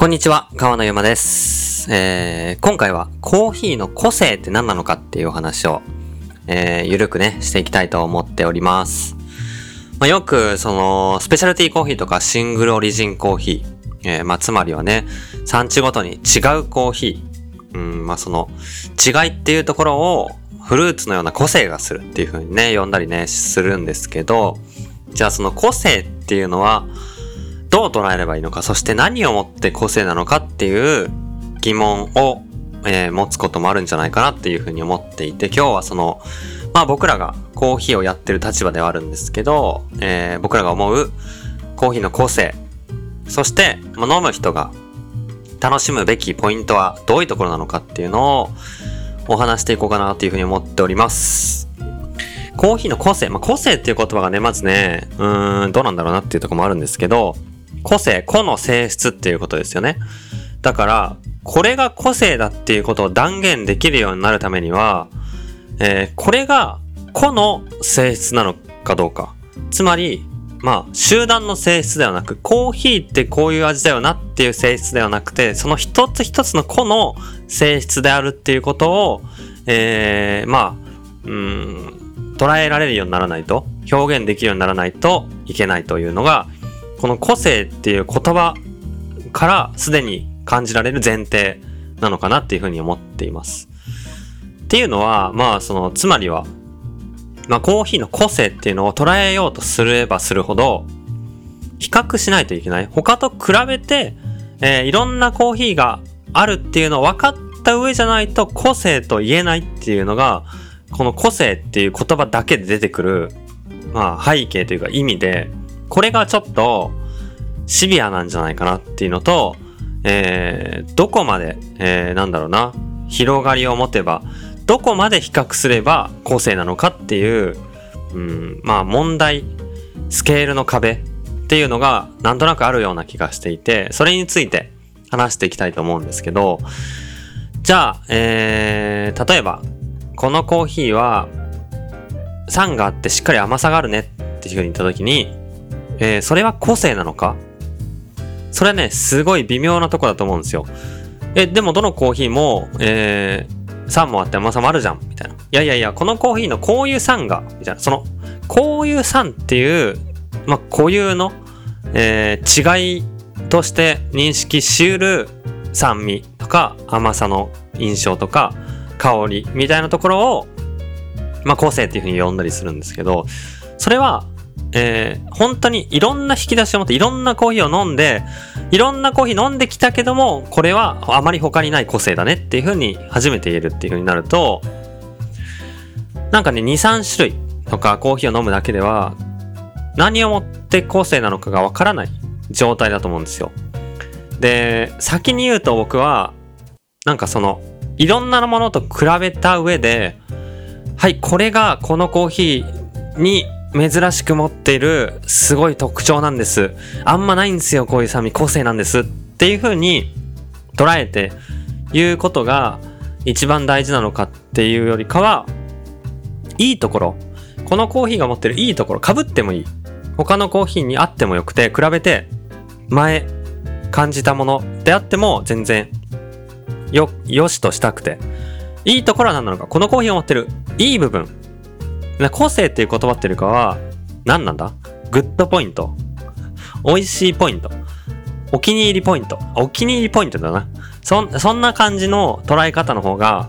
こんにちは、川野ゆまです。今回はコーヒーの個性って何なのかっていうお話を、ゆるくね、していきたいと思っております。よく、スペシャルティーコーヒーとかシングルオリジンコーヒー、つまりはね、産地ごとに違うコーヒー、その違いっていうところをフルーツのような個性がするっていう風にね、呼んだりね、するんですけど、じゃあその個性っていうのは、どう捉えればいいのか、そして何をもって個性なのかっていう疑問を、持つこともあるんじゃないかなっていうふうに思っていて、今日は僕らがコーヒーをやってる立場ではあるんですけど、僕らが思うコーヒーの個性、そして飲む人が楽しむべきポイントはどういうところなのかっていうのをお話していこうかなというふうに思っております。コーヒーの個性、個性っていう言葉がね、まずね、どうなんだろうなっていうところもあるんですけど、個の性質っていうことですよね。だから、これが個性だっていうことを断言できるようになるためには、これが個の性質なのかどうか。つまり、集団の性質ではなく、コーヒーってこういう味だよなっていう性質ではなくて、その一つ一つの個の性質であるっていうことを、捉えられるようにならないと、表現できるようにならないといけないというのが、この個性っていう言葉からすでに感じられる前提なのかなっていうふうに思っています。っていうのは、つまりは、コーヒーの個性っていうのを捉えようとすればするほど、比較しないといけない。他と比べて、いろんなコーヒーがあるっていうのを分かった上じゃないと個性と言えないっていうのが、この個性っていう言葉だけで出てくる、背景というか意味で、これがちょっとシビアなんじゃないかなっていうのと、どこまで、広がりを持てば、どこまで比較すれば個性なのかっていう、問題、スケールの壁っていうのがなんとなくあるような気がしていて、それについて話していきたいと思うんですけど、じゃあ、例えば、このコーヒーは酸があってしっかり甘さがあるねっていう風に言ったときに、それは個性なのか？それはね、すごい微妙なとこだと思うんですよ。でもどのコーヒーも、酸もあって甘さもあるじゃんみたいな。いや、このコーヒーのこういう酸が、みたいな。こういう酸っていう、固有の、違いとして認識しうる酸味とか甘さの印象とか香りみたいなところを、個性っていう風に呼んだりするんですけど、それは、本当にいろんな引き出しを持っていろんなコーヒーを飲んで、いろんなコーヒー飲んできたけども、これはあまり他にない個性だねっていう風に初めて言えるっていう風になると、2、3種類とかコーヒーを飲むだけでは、何をもって個性なのかがわからない状態だと思うんですよ。で、先に言うと僕は、いろんなものと比べた上で、はい、これがこのコーヒーに珍しく持っているすごい特徴なんです。あんまないんですよ、こういう酸味、個性なんですっていう風に捉えて言うことが一番大事なのかっていうよりかは、いいところ、このコーヒーが持ってるいいところ、被ってもいい。他のコーヒーにあってもよくて、比べて前感じたものであっても全然よしとしたくて、いいところは何なのか、このコーヒーが持ってるいい部分、個性っていう言葉っていうかは何なんだ？グッドポイント、美味しいポイント、お気に入りポイント、お気に入りポイントだな。そんな感じの捉え方の方が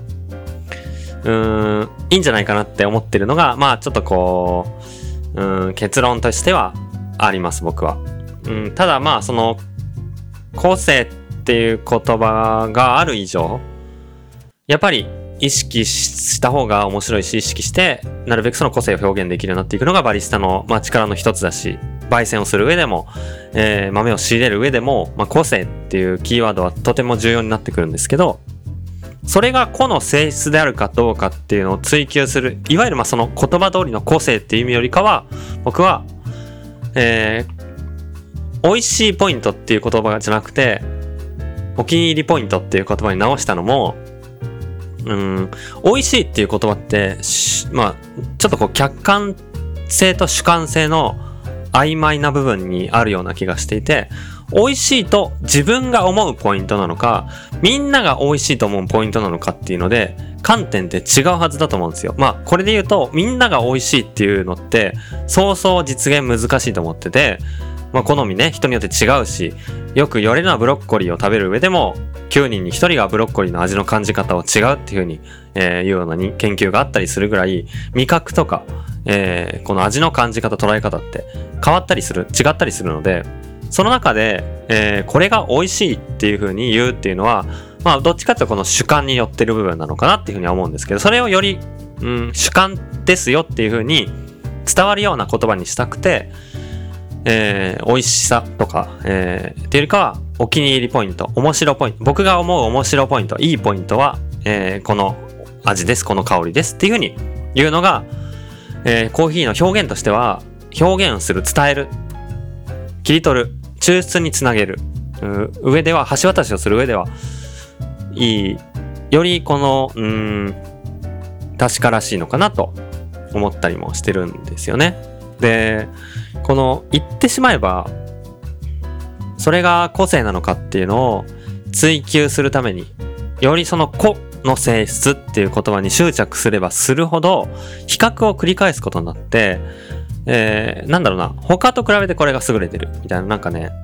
いいんじゃないかなって思ってるのが、ちょっと結論としてはあります、僕は。ただ個性っていう言葉がある以上、やっぱり意識した方が面白いし、意識してなるべくその個性を表現できるようになっていくのがバリスタの、力の一つだし、焙煎をする上でも、豆を仕入れる上でも、個性っていうキーワードはとても重要になってくるんですけど、それが個の性質であるかどうかっていうのを追求する、いわゆるその言葉通りの個性っていう意味よりかは、僕は、美味しいポイントっていう言葉じゃなくて、お気に入りポイントっていう言葉に直したのも、美味しいっていう言葉って、ちょっと客観性と主観性の曖昧な部分にあるような気がしていて、 美味しいと自分が思うポイントなのか、みんなが美味しいと思うポイントなのかっていうので、観点って違うはずだと思うんですよ。まあ、これで言うと、みんなが美味しいっていうのって、そうそう実現難しいと思ってて、まあ、好みね、人によって違うし、よく言われるのはブロッコリーを食べる上でも、9人に1人がブロッコリーの味の感じ方を違うっていうふうに、いうような研究があったりするぐらい、味覚とか、この味の感じ方、捉え方って変わったりする、違ったりするので、その中で、これが美味しいっていうふうに言うっていうのは、まあ、どっちかというとこの主観によってる部分なのかなっていうふうには思うんですけど、それをより、主観ですよっていうふうに伝わるような言葉にしたくて、美味しさとか、っていうよりかは、お気に入りポイント、面白ポイント、僕が思う面白ポイント、いいポイントは、この味です、この香りですっていうふうに言うのが、コーヒーの表現としては、表現する、伝える、切り取る、抽出につなげる、上では、橋渡しをする上では、いい、よりこの、確からしいのかなと思ったりもしてるんですよね。で、この言ってしまえば、それが個性なのかっていうのを追求するために、よりその個の性質っていう言葉に執着すればするほど、比較を繰り返すことになって、なんだろうな、他と比べてこれが優れてるみたいな、なんかね、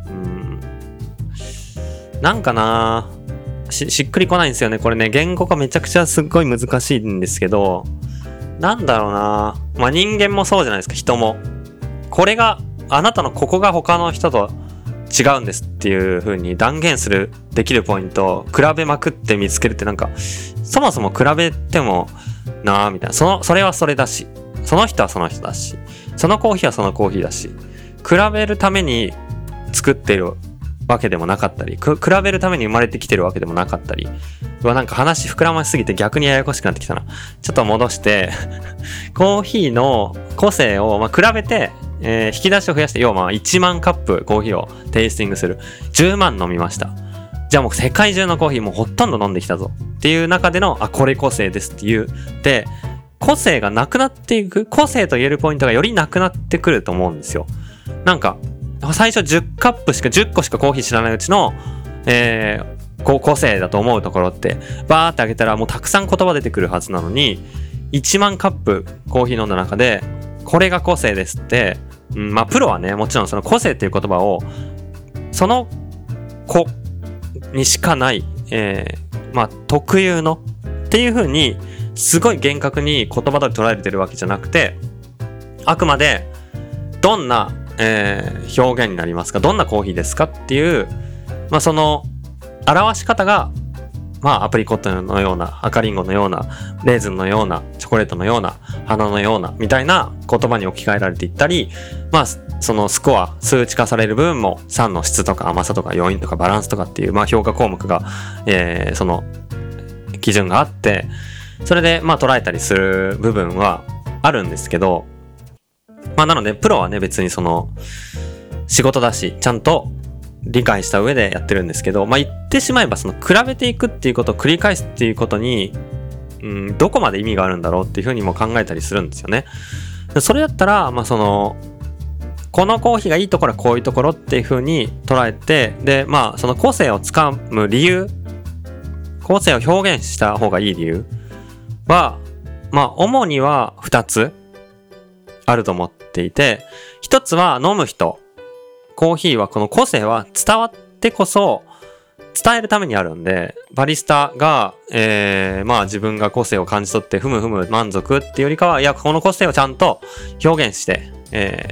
なんかな、しっくりこないんですよね。これね、言語化めちゃくちゃすっごい難しいんですけど、なんだろうな、まあ人間もそうじゃないですか、人も。これが、あなたのここが他の人と違うんですっていう風に断言できるポイントを比べまくって見つけるってなんか、そもそも比べてもなぁみたいな。それはそれだし、その人はその人だし、そのコーヒーはそのコーヒーだし、比べるために作っているわけでもなかったり、比べるために生まれてきてるわけでもなかったり、なんか話膨らましすぎて逆にややこしくなってきたな。ちょっと戻して、コーヒーの個性を、比べて、引き出しを増やして、要は1万カップコーヒーをテイスティングする。10万飲みました。じゃあもう世界中のコーヒーもうほとんど飲んできたぞ。っていう中での、これ個性ですっていう。で、個性がなくなっていく、個性と言えるポイントがよりなくなってくると思うんですよ。なんか、最初10個しかコーヒー知らないうちの、個性だと思うところって、バーってあげたらもうたくさん言葉出てくるはずなのに、1万カップコーヒー飲んだ中で、これが個性ですって、プロはね、もちろんその個性っていう言葉を、その子にしかない、特有のっていう風に、すごい厳格に言葉通り捉えてるわけじゃなくて、あくまで、どんな、表現になりますか？どんなコーヒーですかっていう、その、表し方が、アプリコットのような、赤リンゴのような、レーズンのような、チョコレートのような、花のような、みたいな言葉に置き換えられていったり、そのスコア、数値化される部分も、酸の質とか甘さとか余韻とかバランスとかっていう、評価項目が、その、基準があって、それで、捉えたりする部分はあるんですけど、なので、プロはね、別にその、仕事だし、ちゃんと理解した上でやってるんですけど、言ってしまえば、その、比べていくっていうことを繰り返すっていうことに、どこまで意味があるんだろうっていうふうにも考えたりするんですよね。それだったら、その、このコーヒーがいいところはこういうところっていうふうに捉えて、で、その個性をつかむ理由、個性を表現した方がいい理由は、主には2つあると思っていて、1つは飲む人。コーヒーはこの個性は伝わってこそ伝えるためにあるんで、バリスタが、自分が個性を感じ取ってふむ満足っていうよりかは、この個性をちゃんと表現して、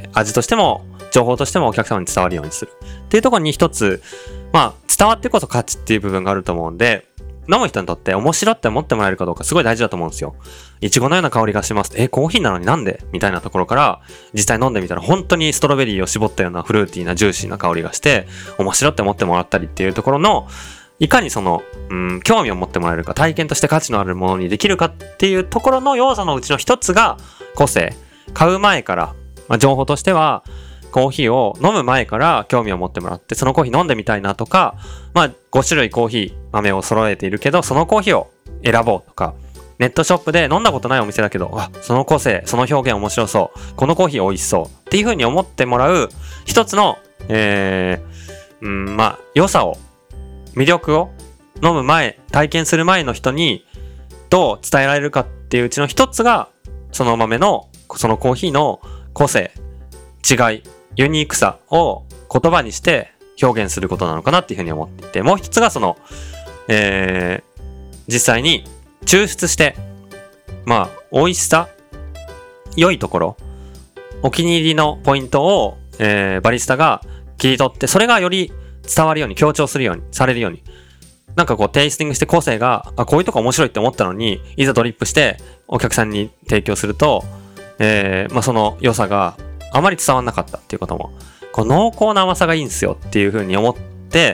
味としても情報としてもお客様に伝わるようにするっていうところに一つ、伝わってこそ価値っていう部分があると思うんで、飲む人にとって面白って思ってもらえるかどうかすごい大事だと思うんですよ。イチゴのような香りがします。コーヒーなのになんでみたいなところから、実際飲んでみたら本当にストロベリーを絞ったようなフルーティーなジューシーな香りがして、面白って思ってもらったりっていうところの、いかにその、興味を持ってもらえるか、体験として価値のあるものにできるかっていうところの要素のうちの一つが個性。買う前から、情報としては、コーヒーを飲む前から興味を持ってもらって、そのコーヒー飲んでみたいなとか、5種類コーヒー豆を揃えているけど、そのコーヒーを選ぼうとか、ネットショップで飲んだことないお店だけど、その個性、その表現面白そう、このコーヒー美味しそうっていう風に思ってもらう一つの、 良さを、魅力を飲む前、体験する前の人にどう伝えられるかっていううちの一つが、その豆の、そのコーヒーの個性、違い、ユニークさを言葉にして表現することなのかなっていうふうに思っていて、もう一つがその、実際に抽出して、美味しさ、良いところ、お気に入りのポイントを、バリスタが切り取って、それがより伝わるように、強調するように、されるように。なんかこう、テイスティングして個性が、こういうとこ面白いって思ったのに、いざドリップしてお客さんに提供すると、その良さがあまり伝わんなかったっていうことも、こう濃厚な甘さがいいんですよっていう風に思って、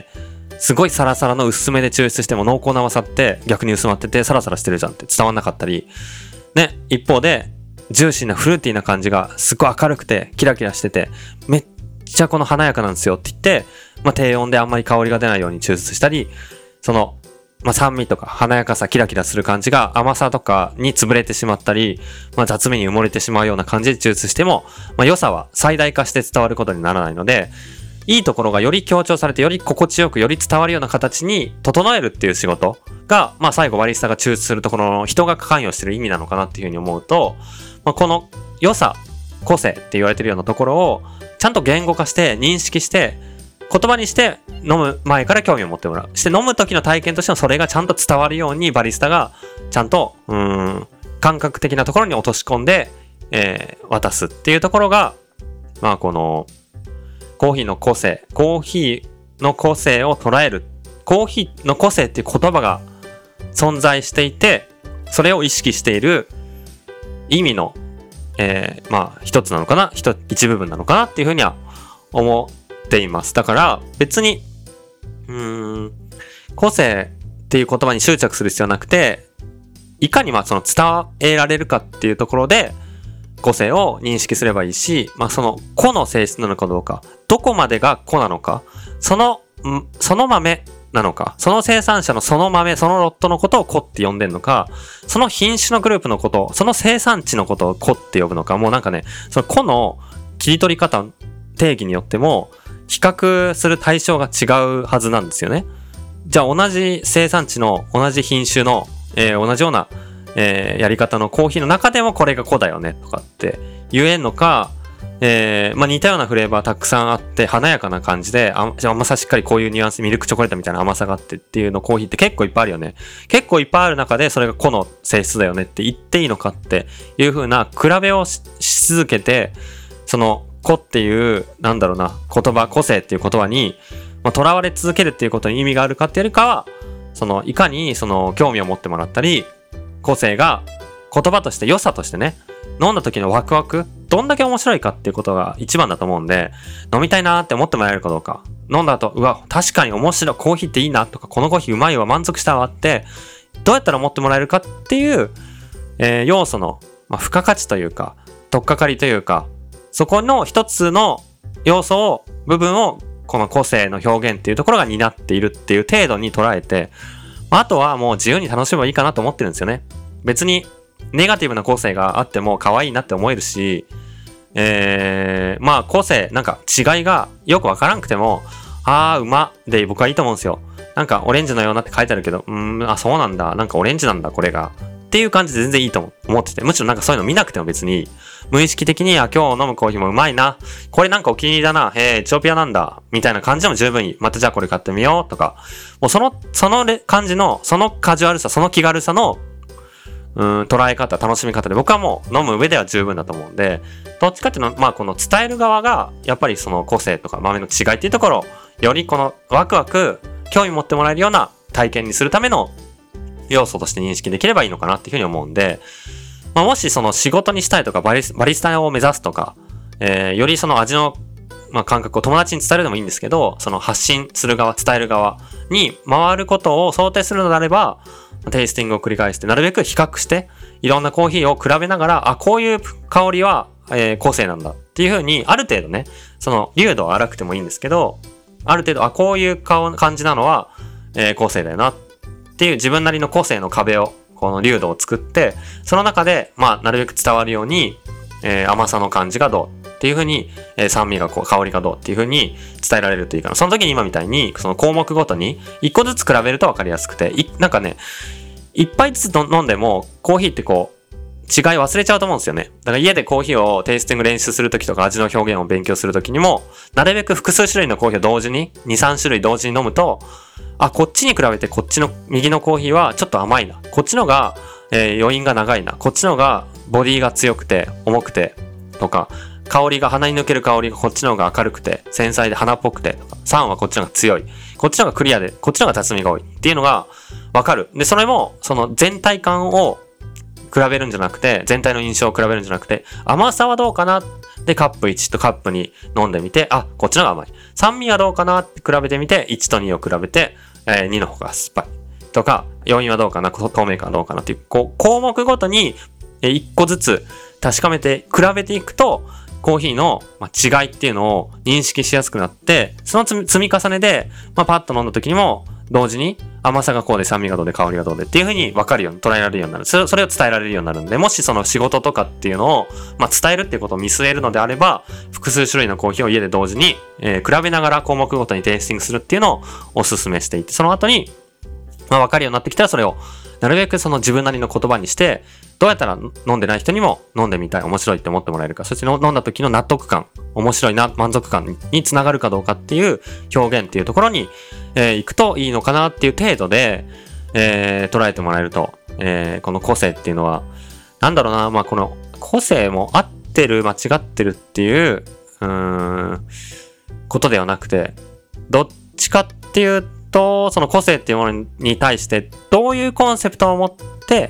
すごいサラサラの薄めで抽出しても濃厚な甘さって逆に薄まっててサラサラしてるじゃんって伝わんなかったり、ね、一方で、ジューシーなフルーティーな感じがすっごい明るくてキラキラしてて、めっちゃこの華やかなんですよって言って、低温であんまり香りが出ないように抽出したり、その、酸味とか華やかさ、キラキラする感じが甘さとかに潰れてしまったり、雑味に埋もれてしまうような感じで抽出しても、良さは最大化して伝わることにならないので、いいところがより強調されて、より心地よく、より伝わるような形に整えるっていう仕事が、最後バリスタが抽出するところの人が関与してる意味なのかなっていうふうに思うと、この良さ、個性って言われてるようなところを、ちゃんと言語化して、認識して、言葉にして飲む前から興味を持ってもらう。して飲む時の体験としてはそれがちゃんと伝わるようにバリスタがちゃんと、感覚的なところに落とし込んで、渡すっていうところが、この、コーヒーの個性を捉える。コーヒーの個性っていう言葉が存在していて、それを意識している意味の、一つなのかな、一部分なのかなっていうふうには思っています。だから別に、個性っていう言葉に執着する必要はなくて、いかにその伝えられるかっていうところで、個性を認識すればいいし、その個の性質なのかどうか、どこまでが個なのか、その豆なのか、その生産者のその豆、そのロットのことを個って呼んでんのか、その品種のグループのこと、その生産地のことを個って呼ぶのか、もうなんかね、その個の切り取り方、定義によっても、比較する対象が違うはずなんですよね。じゃあ同じ生産地の同じ品種の、同じようなやり方のコーヒーの中でもこれが個だよねとかって言えんのか、似たようなフレーバーたくさんあって華やかな感じで甘さしっかりこういうニュアンスミルクチョコレートみたいな甘さがあってっていうのコーヒーって結構いっぱいあるよね。結構いっぱいある中でそれが個の性質だよねって言っていいのかっていう風な比べを し続けて、その個っていう言葉、個性っていう言葉にとらわれ続けるっていうことに意味があるかっていうよりかは、そのいかにその興味を持ってもらったり、個性が言葉として良さとしてね、飲んだ時のワクワク、どんだけ面白いかっていうことが一番だと思うんで、飲みたいなーって思ってもらえるかどうか、飲んだ後、うわ、確かに面白い、コーヒーっていいなとか、このコーヒーうまいわ、満足したわって、どうやったら思ってもらえるかっていう、要素の、付加価値というか、取っかかりというか、そこの一つの部分を、この個性の表現っていうところが担っているっていう程度に捉えて、あとはもう自由に楽しめばいいかなと思ってるんですよね。別にネガティブな個性があっても可愛いなって思えるし、個性、なんか違いがよくわからんくても、うまで僕はいいと思うんですよ。なんかオレンジのようなって書いてあるけど、そうなんだ。なんかオレンジなんだ、これが。っていう感じで全然いいと思ってて、むしろなんかそういうの見なくても別に、無意識的に、今日飲むコーヒーもうまいな。これなんかお気に入りだな。エチオピアなんだ。みたいな感じでも十分いい。またじゃあこれ買ってみようとか。もうその感じの、そのカジュアルさ、その気軽さの、捉え方、楽しみ方で僕はもう飲む上では十分だと思うんで、どっちかっていうのは、この伝える側が、やっぱりその個性とか豆の違いっていうところを、よりこのワクワク、興味持ってもらえるような体験にするための要素として認識できればいいのかなっていうふうに思うんで、もしその仕事にしたいとかバリスタを目指すとか、よりその味の、感覚を友達に伝えるでもいいんですけど、その発信する側、伝える側に回ることを想定するのであれば、テイスティングを繰り返して、なるべく比較して、いろんなコーヒーを比べながら、こういう香りは、個性なんだっていうふうに、ある程度ね、その、粒度は荒くてもいいんですけど、ある程度、こういう感じなのは、個性だよなっていう自分なりの個性の壁を、この粒度を作って、その中で、なるべく伝わるように、甘さの感じがどうっていうふうに、酸味が香りがどうっていうふうに伝えられるといいかな。その時に今みたいに、その項目ごとに一個ずつ比べると分かりやすくて、なんかね、一杯ずつ飲んでも、コーヒーってこう、違い忘れちゃうと思うんですよね。だから家でコーヒーをテイスティング練習するときとか味の表現を勉強するときにも、なるべく複数種類のコーヒーを同時に、2、3種類同時に飲むと、あ、こっちに比べてこっちの右のコーヒーはちょっと甘いな。こっちのが、余韻が長いな。こっちのがボディが強くて重くてとか、香りが鼻に抜ける香りがこっちの方が明るくて繊細で花っぽくてとか、酸はこっちの方が強い。こっちの方がクリアで、こっちの方が雑味が多いっていうのがわかる。で、それもその全体感を比べるんじゃなくて、全体の印象を比べるんじゃなくて、甘さはどうかなでカップ1とカップ2飲んでみて、あ、こっちの方が甘い。酸味はどうかなって比べてみて、1と2を比べて、2の方が酸っぱい。とか、余韻はどうかな、透明感はどうかなっていう、こう、項目ごとに1個ずつ確かめて、比べていくと、コーヒーの違いっていうのを認識しやすくなって、その積み重ねで、パッと飲んだ時にも、同時に甘さがこうで酸味がどうで香りがどうでっていう風に分かるように捉えられるようになる。それを伝えられるようになるんで、もしその仕事とかっていうのを、伝えるっていうことを見据えるのであれば、複数種類のコーヒーを家で同時に、比べながら項目ごとにテイスティングするっていうのをお勧めしていて、その後に、分かるようになってきたらそれをなるべくその自分なりの言葉にして、どうやったら飲んでない人にも飲んでみたい、面白いって思ってもらえるか、そして飲んだ時の納得感、面白いな、満足感につながるかどうかっていう表現っていうところに、行くといいのかなっていう程度で、捉えてもらえると、この個性っていうのは、なんだろうな、この個性も合ってる、間違ってるっていう、ことではなくて、どっちかっていうと、その個性っていうものに対して、どういうコンセプトを持って、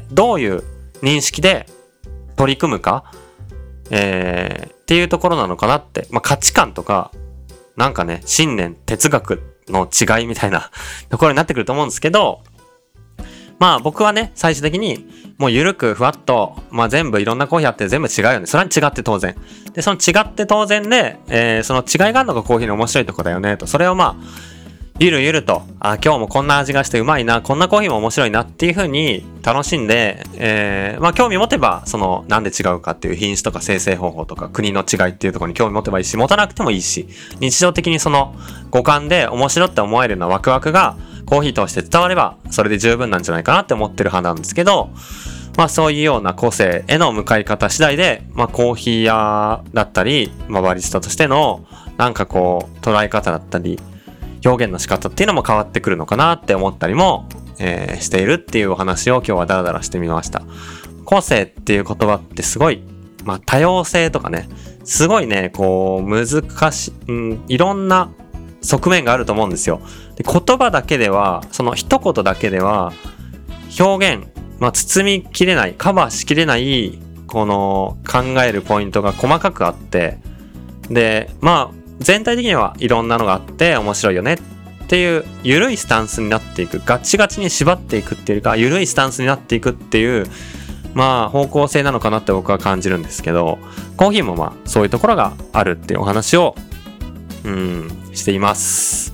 どういう認識で取り組むか、っていうところなのかなって、価値観とか、なんかね、信念、哲学の違いみたいなところになってくると思うんですけど、僕はね、最終的にもう緩くふわっと、全部いろんなコーヒーあって全部違うよね。それは違って当然。で、その違って当然で、その違いがあるのがコーヒーの面白いところだよねと。それをゆるゆると、今日もこんな味がしてうまいな、こんなコーヒーも面白いなっていう風に楽しんで、興味持てば、なんで違うかっていう品種とか生成方法とか国の違いっていうところに興味持てばいいし、持たなくてもいいし、日常的にその五感で面白って思えるようなワクワクがコーヒー通して伝われば、それで十分なんじゃないかなって思ってる派なんですけど、そういうような個性への向かい方次第で、コーヒー屋だったり、バリスタとしての、なんかこう、捉え方だったり、表現の仕方っていうのも変わってくるのかなって思ったりも、しているっていうお話を今日はダラダラしてみました。個性っていう言葉ってすごい、多様性とかね、すごいね、こう、難しい、いろんな側面があると思うんですよ。で、言葉だけでは、その一言だけでは、表現、包みきれない、カバーしきれない、この考えるポイントが細かくあって、で、全体的にはいろんなのがあって面白いよねっていう緩いスタンスになっていく、ガチガチに縛っていくっていうか緩いスタンスになっていくっていう方向性なのかなって僕は感じるんですけど、コーヒーもそういうところがあるっていうお話をしています。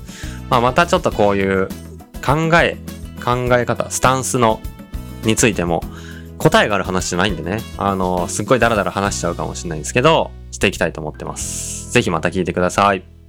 またちょっとこういう考え方、スタンスについても答えがある話じゃないんでね、すっごいダラダラ話しちゃうかもしれないんですけど、していきたいと思ってます。ぜひまた聞いてください。